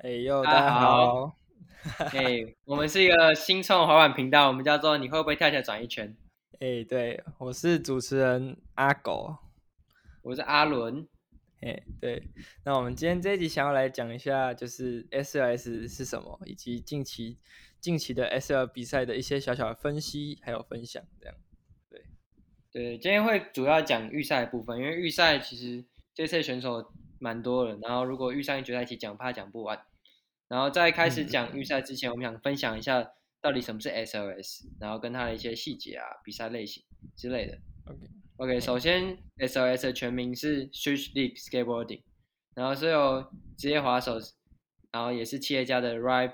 大大家家好， 好。 我们是一个新创滑板频道，我们叫做"你会不会跳起来转一圈"。 对，我是主持人阿狗。 我是阿伦。 对，那我们今天这一集想要来讲一下，就是 SLS 是什么，以及近期的 SL 比赛的一些小小的分析还有分享，这样。 对，今天会主要讲预赛的部分，因为预赛其实这次选手蛮多的，然后如果预赛跟决赛一起讲，怕讲不完。然后在开始讲预赛之前，我们想分享一下到底什么是 SLS，然后跟它的一些细节啊、比赛类型之类的。OK，首先 SLS 的全名是 Street League Skateboarding，然后是由职业滑手，然后也是企业家的 Ride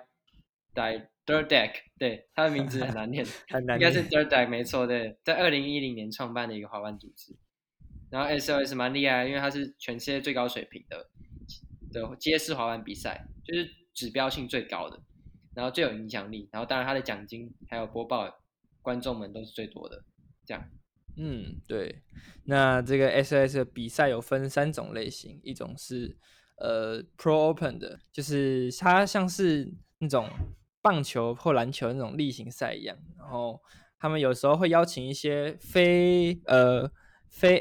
Dirt Deck， 对，他的名字很难念， 很难念。 应该是 Dirt Deck 没错，对，在2010年创办的一个滑板组织。然后 SLS 蛮厉害的，因为它是全世界最高水平的街式滑板比赛，就是指标性最高的，然后最有影响力，然后当然它的奖金还有播报观众们都是最多的，这样。 对。那这个 SLS 的比赛有分3种类型，一种是Pro Open 的，就是它像是那种棒球或篮球那种例行赛一样，然后他们有时候会邀请一些非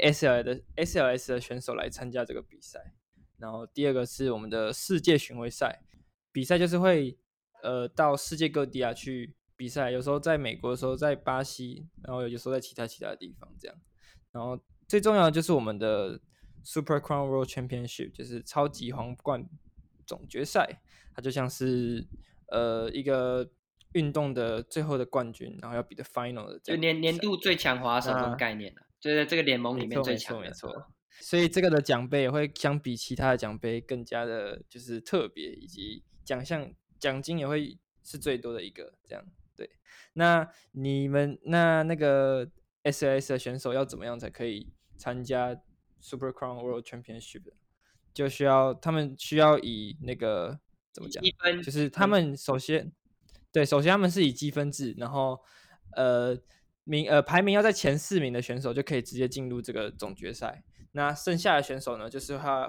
SLS 的选手来参加这个比赛。然后第二个是我们的世界巡回赛，比赛就是会到世界各地去比赛，有时候在美国，有时候在巴西，然后有时候在其他地方这样。然后最重要的就是我们的 Super Crown World Championship， 就是超级皇冠总决赛，它就像是一个运动的最后的冠军，然后要比的 final 的这就样。 年度最强滑手这种概念了，就在这个联盟里面最强的。 没错。所以这个的奖杯也会相比其他的奖杯更加的，就是特别，以及奖金也会是最多的一个这样。对，那你们那个 SLS 的选手要怎么样才可以参加 Super Crown World Championship？ 就他们需要以那个怎么讲？就是他们首先他们是以积分制，然后排名要在前4名的选手就可以直接进入这个总决赛。那剩下的选手呢，就是他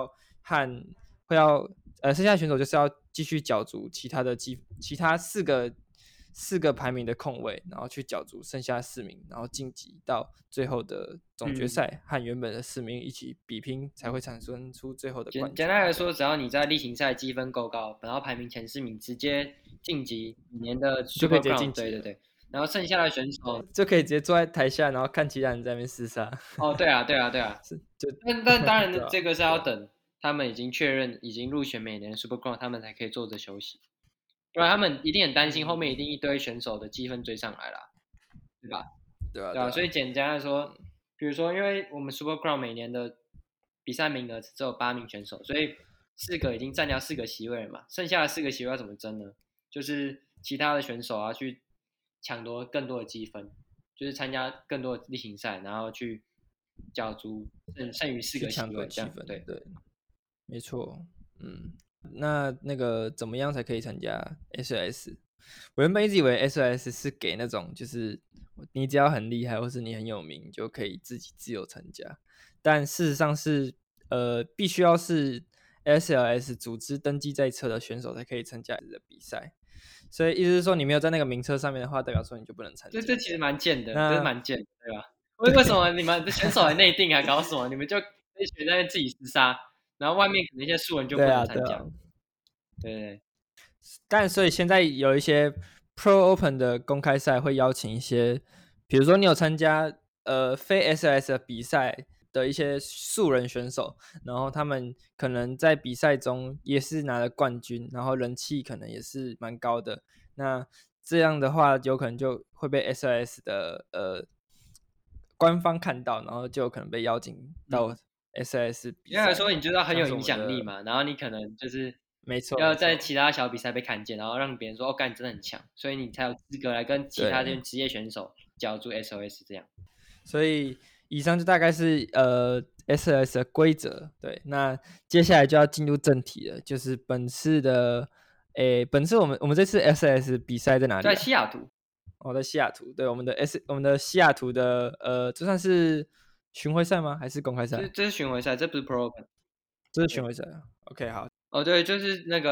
剩下的选手就是要继续角逐其他四个排名的空位，然后去角逐剩下4名，然后晋级到最后的总决赛，和原本的4名一起比拼，才会产生出最后的冠军。 简单来说，只要你在例行赛积分够高，然后排名前4名，直接晋级每年的 Super Crown， 对，然后剩下的选手就可以直接坐在台下，然后看其他人在那边厮杀。 对啊。但当然，这个是要等他们已经确认已经入选每年的 Super Crown， 他们才可以坐着休息，不然他们一定很担心后面一定一堆选手的积分追上来啦，对吧？ 对啊。 所以简单来说，比如说，因为我们 Super Crown 每年的比赛名额只有8名选手，所以4个已经占掉4个席位了嘛，剩下的4个席位要怎么争呢？就是其他的选手啊去抢夺更多的积分，就是参加更多的例行赛，然后去角逐剩余4个席位这样。对， 没错。那个怎么样才可以参加 SLS？ 我原本一直以为 SLS 是给那种就是你只要很厉害或是你很有名就可以自己自由参加，但事实上是必须要是 SLS 组织登记在册的选手才可以参加的比赛。所以意思是说，你没有在那个名册上面的话，代表说你就不能参加。 这其实蛮贱的，这是蛮贱的，对吧？为什么你们的选手还内定还搞什么？你们就可以选在自己厮杀，然后外面可能一些素人就不能参加。对。 但所以现在有一些 Pro Open 的公开赛会邀请一些，比如说你有参加非 SLS 的比赛的一些素人选手，然后他们可能在比赛中也是拿了冠军，然后人气可能也是蛮高的。那这样的话，有可能就会被 SLS 的官方看到，然后就有可能被邀请到 SLS 比赛。 因为来说，你就要很有影响力嘛，然后你可能就是要在其他小比赛被看见，然后让别人说哦，干你真的很强，所以你才有资格来跟其他这些职业选手角逐 SLS 这样。所以以上就大概是SLS 的规则。对，那接下来就要进入正题了，就是本次我们这次 SLS 比赛在哪里？ 在西雅图。 在西雅图。对，我们的西雅图的这算是巡回赛吗？还是公开赛？ 这是巡回赛，这不是 Pro Open。 这是巡回赛。OK， 好。 对，就是那个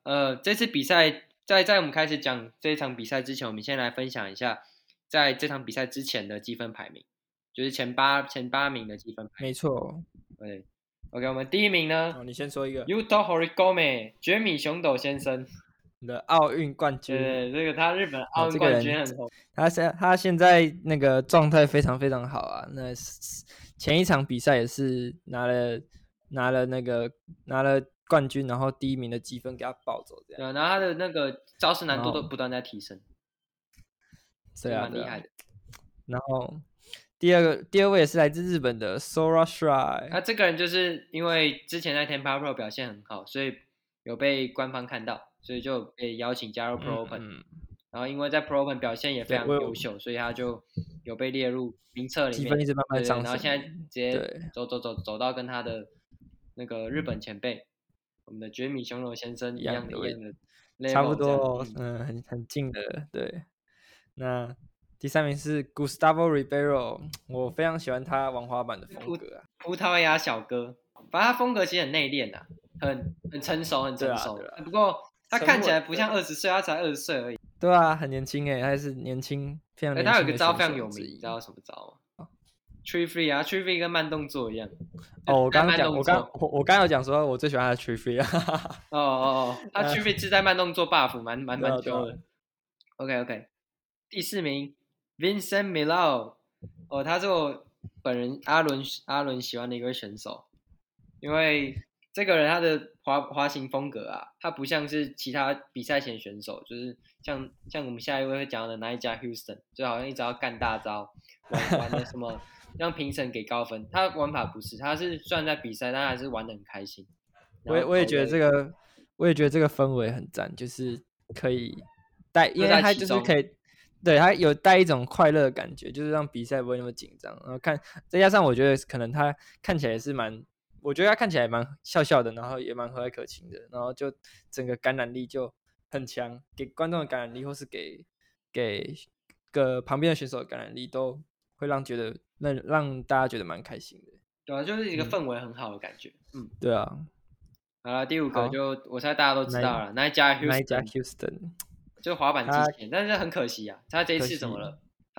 这次比赛在我们开始讲这一场比赛之前，我们先来分享一下在这场比赛之前的积分排名，就是前八名的积分排名。 没错。 对 ，OK， 我们第一名呢， 你先说一个。 Yuto Horigome 绝米熊斗先生， 你的奥运冠军。 对，这个他日本奥运冠军很红。 他现在那个状态非常非常好啊。那前一场比赛也是拿了冠军，然后第一名的积分给他抱走这样。 对，然后他的那个招式难度都不断在提升， 对啊， 蛮厉害的。 然后第二位也是来自日本的 Sora Shrai。 那这个人就是因为之前在 Tempa Pro 表现很好，所以有被官方看到，所以就被邀请加入 Pro Open。然后因为在 Pro Open 表现也非常优秀，所以他就有被列入名册里面， 积分一直慢慢上升。 然后现在直接走到跟他的那个日本前辈，我们的绝米熊斗先生一样的 level， 差不多，很近的。对，那第三名是 Gustavo Ribeiro， 我非常喜欢他玩滑板的风格啊， 葡萄牙小哥，反正他风格其实很内敛啊，很成熟，很成熟。不过他看起来不像20岁，他才20岁而已。 对啊，很年轻他是年轻，非常年轻的选手之一。 他有个招非常有名，你知道什么招吗？Tree Free 啊 ，Tree Free 跟慢动作一样。 我刚有讲说我最喜欢他的 Tree Free 啊。他 Tree Free 自带慢动作 buff 蛮久的。OK， 第4名 Vincent Milao， 他是我本人阿伦喜欢的一位选手，因为这个人他的滑行风格啊，他不像是其他比赛前选手，就是像我们下一位会讲到的 Nyjah Huston， 就好像一直要干大招，玩的什么让评审给高分。他玩法不是，他是虽然在比赛，但还是玩得很开心。 我也觉得这个氛围很赞，就是可以带，因为他就是可以，对，他有带一种快乐的感觉，就是让比赛不会那么紧张。然后再加上我觉得可能他看起来也是我觉得他看起来蛮笑笑的，然后也蛮和蔼可亲的，然后就整个感染力就很强，给观众的感染力，或是给个旁边的选手的感染力，都会让大家觉得蛮开心的。 对啊，就是一个氛围很好的感觉。 对啊。 好了，第5个就我猜大家都知道了，Nyjah Huston， 就滑板之前，但是很可惜啊，他这一次怎么了？他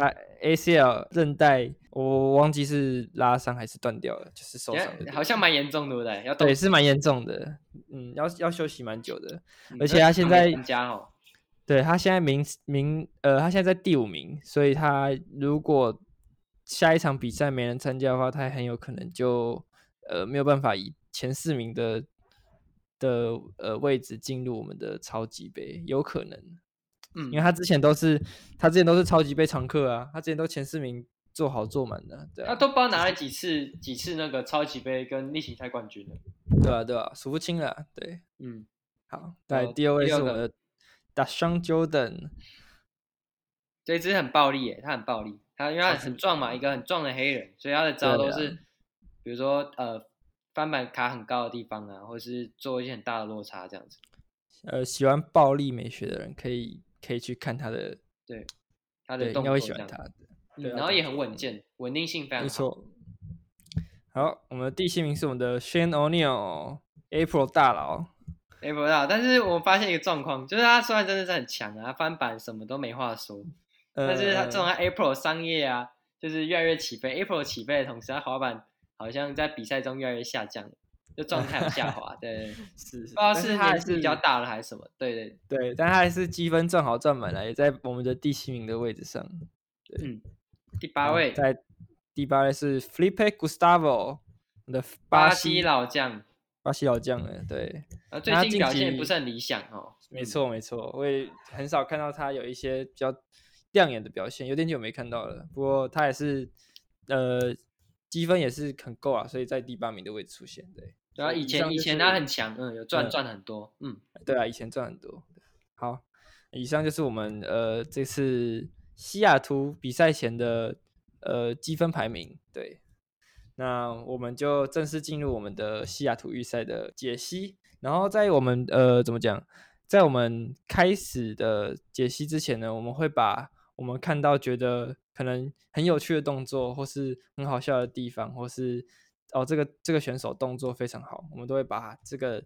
ACL 韧带，我忘记是拉伤还是断掉了，就是受伤的， 好像蛮严重，对不对？ 对，是蛮严重的，要休息蛮久的，而且他现在对他现在他现在在第5名，所以他如果下一场比赛没人参加的话，他很有可能就没有办法以前4名的位置进入我们的超级杯，有可能。因为他之前都是超级杯常客啊，他之前都前4名做好做满的，对啊， 他都不知道拿了几次那个超级杯跟例行赛冠军了，对啊，数不清了，对，好，在第2位是我们的 Dashawn Jordan， 这只很暴力耶，他很暴力，他因为他很壮嘛，一个很壮的黑人，所以他的招都是，比如说翻板卡很高的地方啊，或是做一些很大的落差这样子。 喜欢暴力美学的人可以去看他的， 对，他的动作应该会喜欢他的， 然后也很稳健，稳定性非常好。 没错。好，我们的第7名是我们的 Shane O'Neill April 大佬， 但是我发现一个状况，就是他虽然真的是很强啊，翻板什么都没话说，但是他这种April 商业啊，就是越来越起飞。April 起飞的同时，他滑板好像在比赛中越来越下降，就状态有下滑。对， 是， 不知道是年纪比较大了还是什么。对， 但他还是积分赚好赚满了，也在我们的第7名的位置上。 第8位， 在第8位是 Felipe Gustavo， 的巴西老将。 对， 最近表现不是很理想哦。 没错，我也很少看到他有一些比较亮眼的表现，有点久没看到了。不过他也是积分也是很够啊，所以在第8名的位置出现。对， 然后以前他很强，有赚很多， 对啊，以前赚很多。好，以上就是我们这次西雅图比赛前的积分排名。对，那我们就正式进入我们的西雅图预赛的解析。然后在我们怎么讲，在我们开始的解析之前呢，我们会把我们看到觉得可能很有趣的动作，或是很好笑的地方，或是这个选手动作非常好，我们都会把这个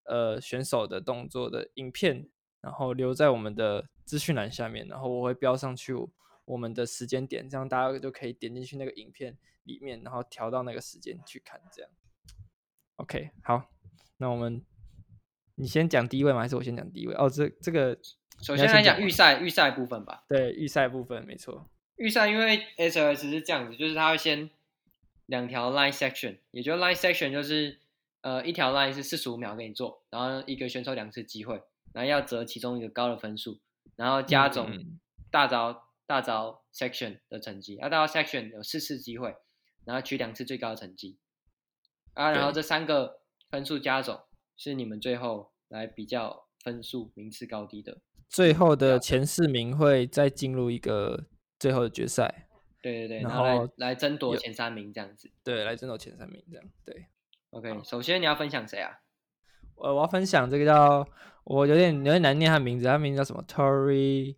选手的动作的影片，然后留在我们的资讯栏下面，然后我会标上去我们的时间点，这样大家就可以点进去那个影片里面，然后调到那个时间去看，这样。OK， 好，那你先讲第一位吗？还是我先讲第一位？哦，这个首先来讲预赛部分吧。 对，预赛部分没错。 预赛因为 SLS 是这样子，就是它会先2条 line section， 也就是 line section 就是一条 line 是45秒给你做，然后一个选手2次机会，然后要择其中一个高的分数，然后加总大招 section 的成绩，大招 section 有4次机会，然后取2次最高的成绩然后这3个分数加总是你们最后来比较分数名次高低的。 最后的前4名会再进入一个最后的决赛。 对，然后来争夺前3名这样子。 对，来争夺前3名这样。对 ，OK， 首先你要分享谁啊？ 我要分享这个叫我有点难念他名字，他名字叫什么 ？Torrey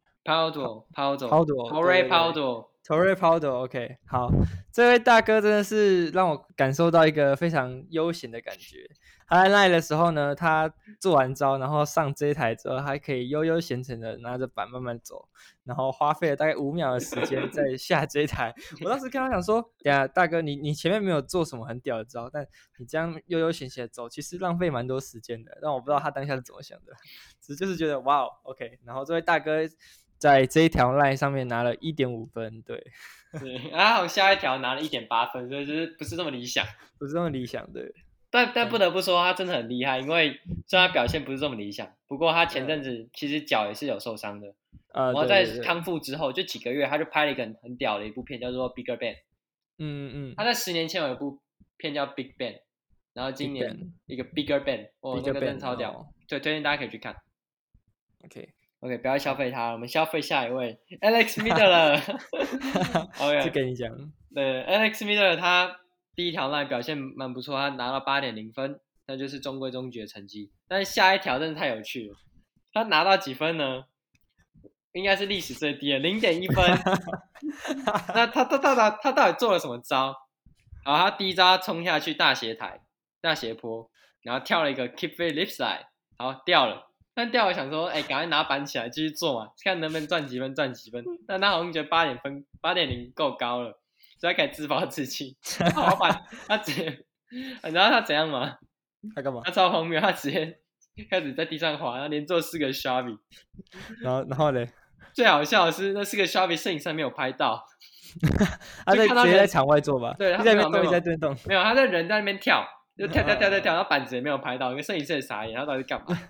Powell。OK， 好，这位大哥真的是让我感受到一个非常悠闲的感觉。他在那里的时候呢，他做完招，然后上这一台之后，还可以悠悠闲闲的拿着板慢慢走，然后花费了大概5秒的时间再下这一台。我当时看他想说，等下大哥你前面没有做什么很屌的招，但你这样悠悠闲闲的走，其实浪费蛮多时间的。但我不知道他当下是怎么想的，只是就是觉得哇 ，OK。然后这位大哥在这一条 line 上面拿了1.5分，对， 然后下一条拿了1.8分，所以就是不是这么理想， 不是这么理想的。 但不得不说他真的很厉害，因为虽然他表现不是这么理想，不过他前阵子其实脚也是有受伤的，然后在康复之后就几个月，他就拍了一个很屌的一部片，叫做 Bigger Bang。他在10年前有一部片叫 Big Bang， 然后今年一个 Bigger Bang， 那个真的超屌，对，推荐大家可以去看。OK， 不要消费他，我们消费下一位 Alex Midler。OK， 这跟你讲， 对 ，Alex Midler 他第一条 line 表现蛮不错，他拿到 8.0 分，那就是中规中矩的成绩。但是下一条真的太有趣了，他拿到几分呢？应该是历史最低的 0.1 分。那他到底做了什么招？然后他第一招冲下去大斜坡，然后跳了一个 Keep It Lip Slide， 然后掉了。但掉了想说，赶快拿板起来继续做嘛，看能不能赚几分。但他好像觉得8.0够高了，所以他可以自暴自弃。老板他直接，你知道他怎样吗？ 他干嘛？ 他超荒谬，他直接开始在地上滑，然后连做4个 shovey。 然后嘞， 最好笑的是那4个 shovey 摄影师没有拍到。 他直接在场外做吧？ 对， 他在那边动，在这边动。 没有，他在人在那边跳，就跳，然后板子也没有拍到，因为摄影师也傻眼，他到底是干嘛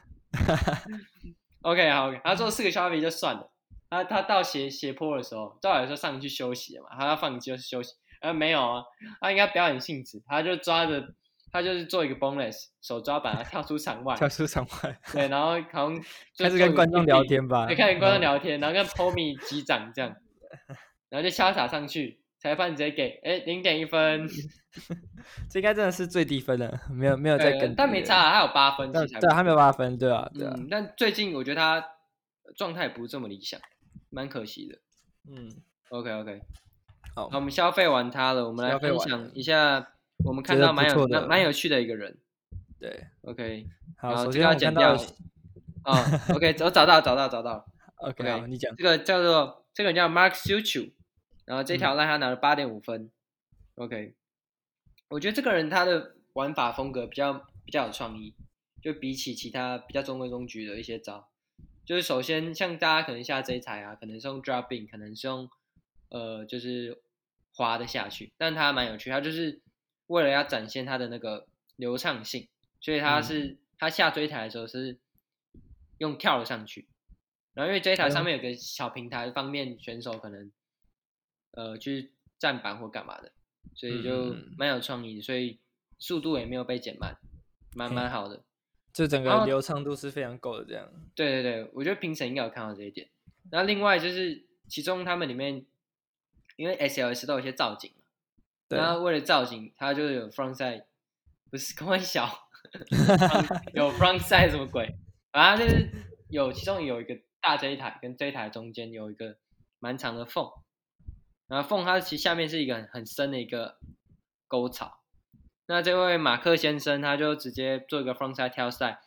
？OK， 好 ，OK， 他做4个 shovey 就算了。他到斜坡的时候，照理说上去休息了嘛，他要放弃休息，没有啊，他应该表演性质，他就是做一个 boneless 手抓板，他跳出场外，对，然后好像开始跟观众聊天吧， 对，开始跟观众聊天，然后跟 Pomi 击掌这样，然后就潇洒上去，裁判直接给0.1分。 这应该真的是最低分了，没有再跟， 但没差，他有8分， 对，他没有8分，对啊。 但最近我觉得他状态不是这么理想，蛮可惜的。OK， 好，我们消费完他了，我们来分享一下我们看到蛮有趣的一个人。 对 ，OK， 好，首先要剪掉。OK， 我找到了。 OK， 你讲。 这个人叫 Mark Suciu， 然后这条 line 他拿了8.5分。OK， 我觉得这个人他的玩法风格比较有创意，就比起其他比较中规中矩的一些招，就是首先像大家可能下这一台啊，可能是用 drop in， 可能是用就是滑的下去，但他蛮有趣，他就是为了要展现他的那个流畅性，所以他下追台的时候是用跳了上去，然后因为追台上面有个小平台，方便选手可能去站板或干嘛的，所以就蛮有创意的，所以速度也没有被减慢，蛮好的， 就整个流畅度是非常够的这样。 对，我觉得评审应该有看到这一点。然后另外就是其中他们里面，因为 SLS 都有一些造景嘛，然后为了造景，他就有 frontside， 不是开玩笑，有 frontside 什么鬼？反正就是其中有一个大这一台跟这一台中间有一个蛮长的缝，然后缝它其实下面是一个很深的一个沟槽。那这位马克先生他就直接做一个 frontside tail slide，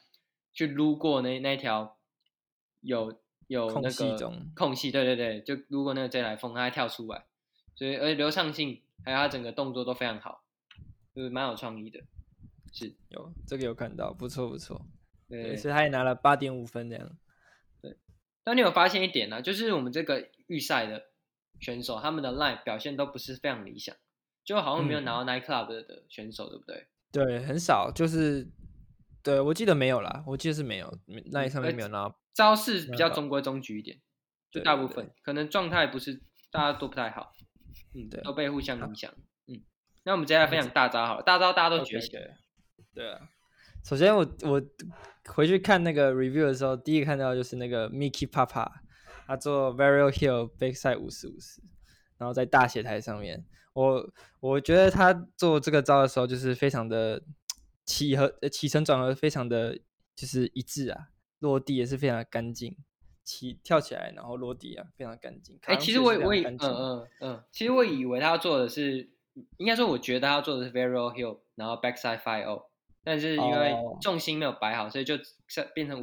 去撸过那条有那个空隙，对对对，就撸过那个 J 来缝，他还跳出来，所以而且流畅性还有他整个动作都非常好，就是蛮有创意的。是这个有看到，不错不错。 对， 所以他也拿了8.5分这样。 对，但你有发现一点呢、就是我们这个预赛的选手，他们的 line 表现都不是非常理想，就好像没有拿到 Night Club 的选手，对不对？ 对，很少，就是对我记得没有啦，我记得是没有，那上面没有拿。 招式比较中规中矩一点，就大部分对可能状态不是大家都不太好， 对， 都被互相影响。那我们接下来分享大招好了，大招大家都觉醒。 对啊，首先我回去看那个 review 的时候，第一个看到就是那个 Mickey Papa， 他做 Varial Hill Backside 50-50，然后在大斜台上面，我觉得他做这个招的时候就是非常的起承转合非常的就是一致啊，落地也是非常的干净，跳起来然后落地啊非常干净。 其实其实我以为他要做的是，应该说我觉得他要做的是 Varial Hill， 然后 Backside 5-0，但是因为重心没有摆好，所以就变成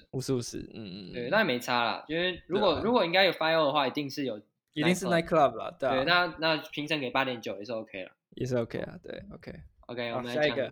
50-50， 对，那也没差啦，因为如果应该有 5-0 的话，一定是 Night Club 啦，对啊。 对，那评审给8.9也是 OK 了， 也是 OK 啊，对 OK， 我们下一个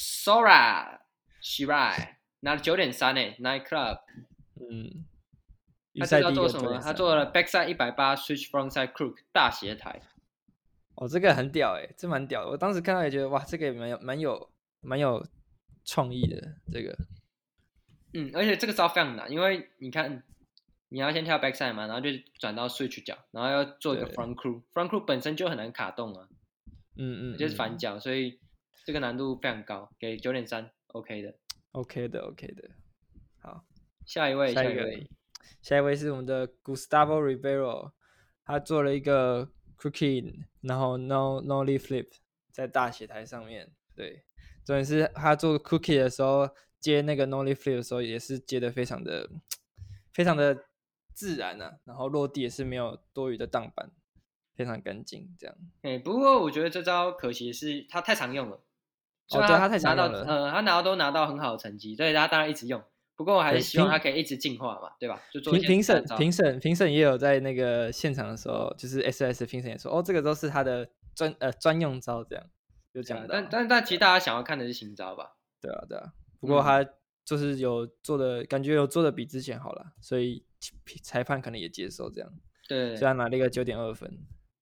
Sora Shirai 拿了9.3诶 ，Night Club。 他这要做什么？他做了 Backside 180 Switch Frontside Crook 大斜台。 这个很屌这蛮屌的。我当时看到也觉得哇，这个也蛮有创意的这个。 而且这个招非常难，因为你看，你要先跳 Backside 嘛，然后就转到 Switch 脚，然后要做一个 Front Crook，Front Crook 本身就很难卡动啊。就是反脚，所以这个难度非常高，给9.3 OK 的。 OK 的。好， 下一位是我们的 Gustavo Ribeiro， 他做了一个 Cookie， 然后 Nollie Flip 在大斜台上面。对，重点是他做 Cookie 的时候接那个 Nollie Flip 的时候也是接的非常的自然啊，然后落地也是没有多余的荡板，非常干净这样。 不过我觉得这招可惜的是他太常用了。 对，他太常用了。他都拿到很好的成绩，所以他当然一直用。不过我还是希望他可以一直进化嘛，对吧？就做评审也有在那个现场的时候，就是 SOS 评审也说，这个都是他的专用招，这样就讲到。 但其实大家想要看的是新招吧？ 对啊。不过他就是感觉有做的比之前好了，所以裁判可能也接受这样。 对， 所以他拿了一个9.2分。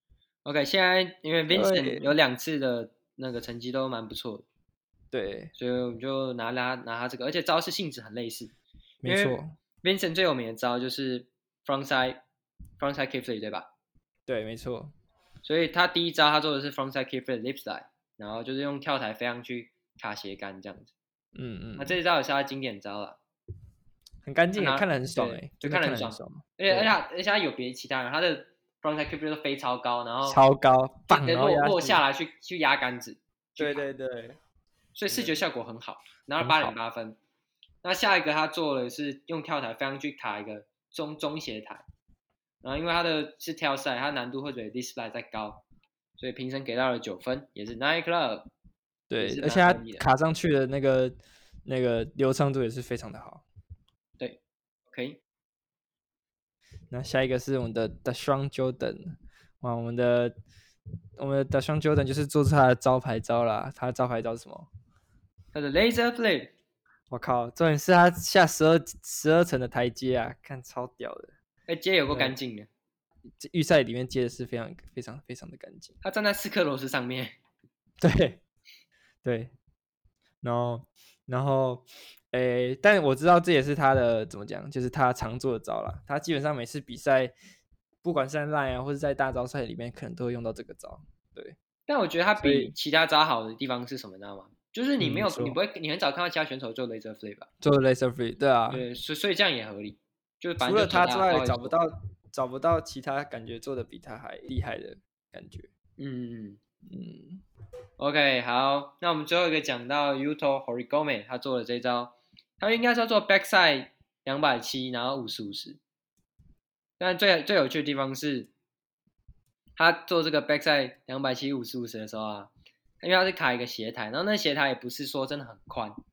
OK， 现在因为 Vincent 有2次的那个成绩都蛮不错的。 对， 所以我们就拿他这个，而且招式性质很类似。 没错 ，Vincent 最有名的招就是 frontside kickflip， 对吧？ 对，没错。 所以他第一招他做的是 frontside kickflip lip slide， 然后就是用跳台飞上去卡斜杆这样子。那这一招也是他经典招了， 很干净，看得很爽就看得很爽。而且他有别其他人，他的 frontside kickflip 都飞超高，然后超高， 然后落下来去压杆子。 对。 所以视觉效果很好，拿了8.8分。那下一个他做的是用跳台飞上去卡一个中斜台，然后因为他的是跳赛，他难度会比 display 再高，所以评审给到了9分，也是 Night Club。 对，而且他卡上去的那个流畅度也是非常的好。 对，可以。 那下一个是我们的 Dashawn Jordan， 哇，我们的 Dashawn Jordan 就是做出他的招牌招啦。他的招牌招是什么？ 他的 Laser Flip。 我靠，重点是他下12层的台阶啊，看超屌的。 接有够干净的。 预赛里面接的是非常的干净。 他站在4颗螺丝上面。 对。然后但我知道这也是他的怎么讲，就是他常做的招啦。他基本上每次比赛，不管是在 LINE 啊，或是在大招赛里面，可能都会用到这个招。对。 但我觉得他比其他招好的地方是什么，你知道吗？就是你没有，你很少看到其他选手做 laser flip 吧？ 做 laser flip， 对啊。 对，所以这样也合理。就除了他之外，找不到其他感觉做的比他还厉害的感觉。 OK， 好，那我们最后一个讲到 Yuto Horigome， 他做的这招，他应该是要做 backside 270，然后50-50。但最有趣的地方是，他做这个 backside 270 50-50的时候啊，因为他是卡一个斜台，然后那斜台也不是说真的很宽，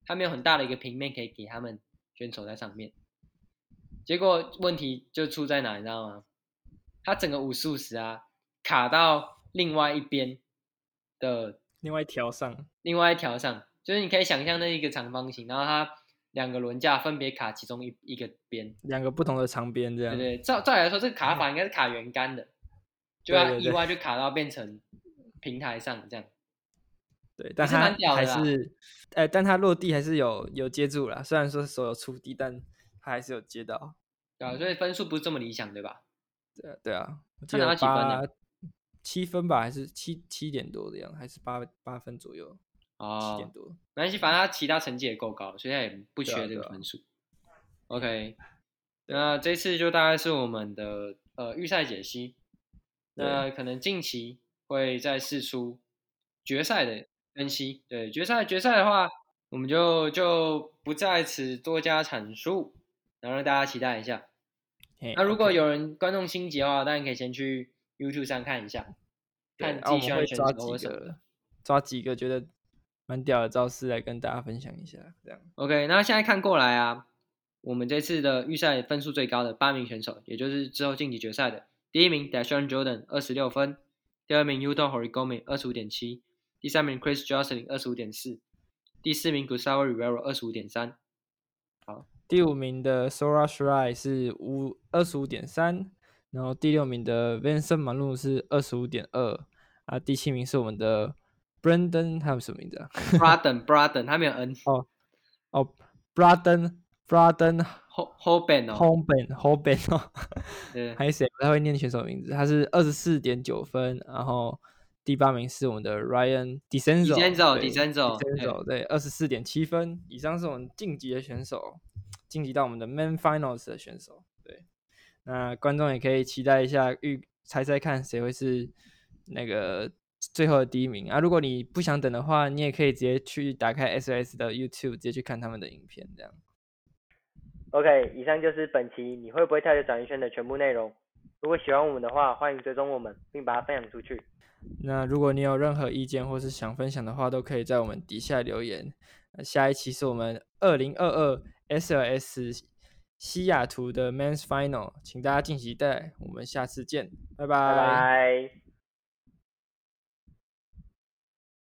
他没有很大的一个平面可以给他们选手在上面。结果问题就出在哪，你知道吗？他整个50-50啊，卡到另外一边的另外一条上， 就是你可以想象那一个长方形，然后它2个轮架分别卡其中一个边， 两个不同的长边这样。 对对，照理来说，这个卡法应该是卡圆杆的，就它意外就卡到变成平台上这样。 对，但它还是，但它落地还是有接住啦，虽然说手有触地，但它还是有接到。 对啊，所以分数不是这么理想，对吧？ 对啊，我记他拿得到几分呢 ？7分吧，还是7点多的样子，还是8分左右。7点多。 没关系，反正他其他成绩也够高，所以他也不缺这个分数。OK，那这次就大概是我们的预赛解析。那可能近期会再释出决赛的分析。对，决赛的话，我们就不在此多加阐述，然后让大家期待一下。那如果有人观众心急的话，当然可以先去 YouTube 上看一下，看自己喜欢的选手或什么的。 抓几个觉得蛮屌的招式来跟大家分享一下，这样。 OK， 那现在看过来啊，我们这次的预赛分数最高的8名选手，也就是之后晋级决赛的，第1名 Dashawn Jordan 26分，第2名 Yuto Horigome 25.7，第3名 Chris Jocelyn 25.4，第4名 Gustavo Rivero 25.3。好， 第5名的 Sora Shirai 是25.3，然后第6名的 Vincent Manu 是25.2，啊，第7名是我们的 Brandon， 他有什么名字啊 ？Braden， 他没有 N。 Braden Hoban 哦，还有谁不太会念选手名字？他是24.9分，然后第8名是我们的 Ryan Decenzo， 对，24.7分。以上是我们晋级的选手，晋级到我们的 Main Finals 的选手。对，那观众也可以期待一下，猜看谁会是那个最后的第1名啊！如果你不想等的话，你也可以直接去打开 SOS 的 YouTube， 直接去看他们的影片，这样。 OK， 以上就是本期你会不会跳跃转运圈的全部内容。如果喜欢我们的话，欢迎追踪我们，并把它分享出去。 那如果你有任何意见或是想分享的话，都可以在我们底下留言。下一期是我们2022 SLS 西雅图的 Men's Final， 请大家敬请期待。我们下次见，拜拜。 拜拜。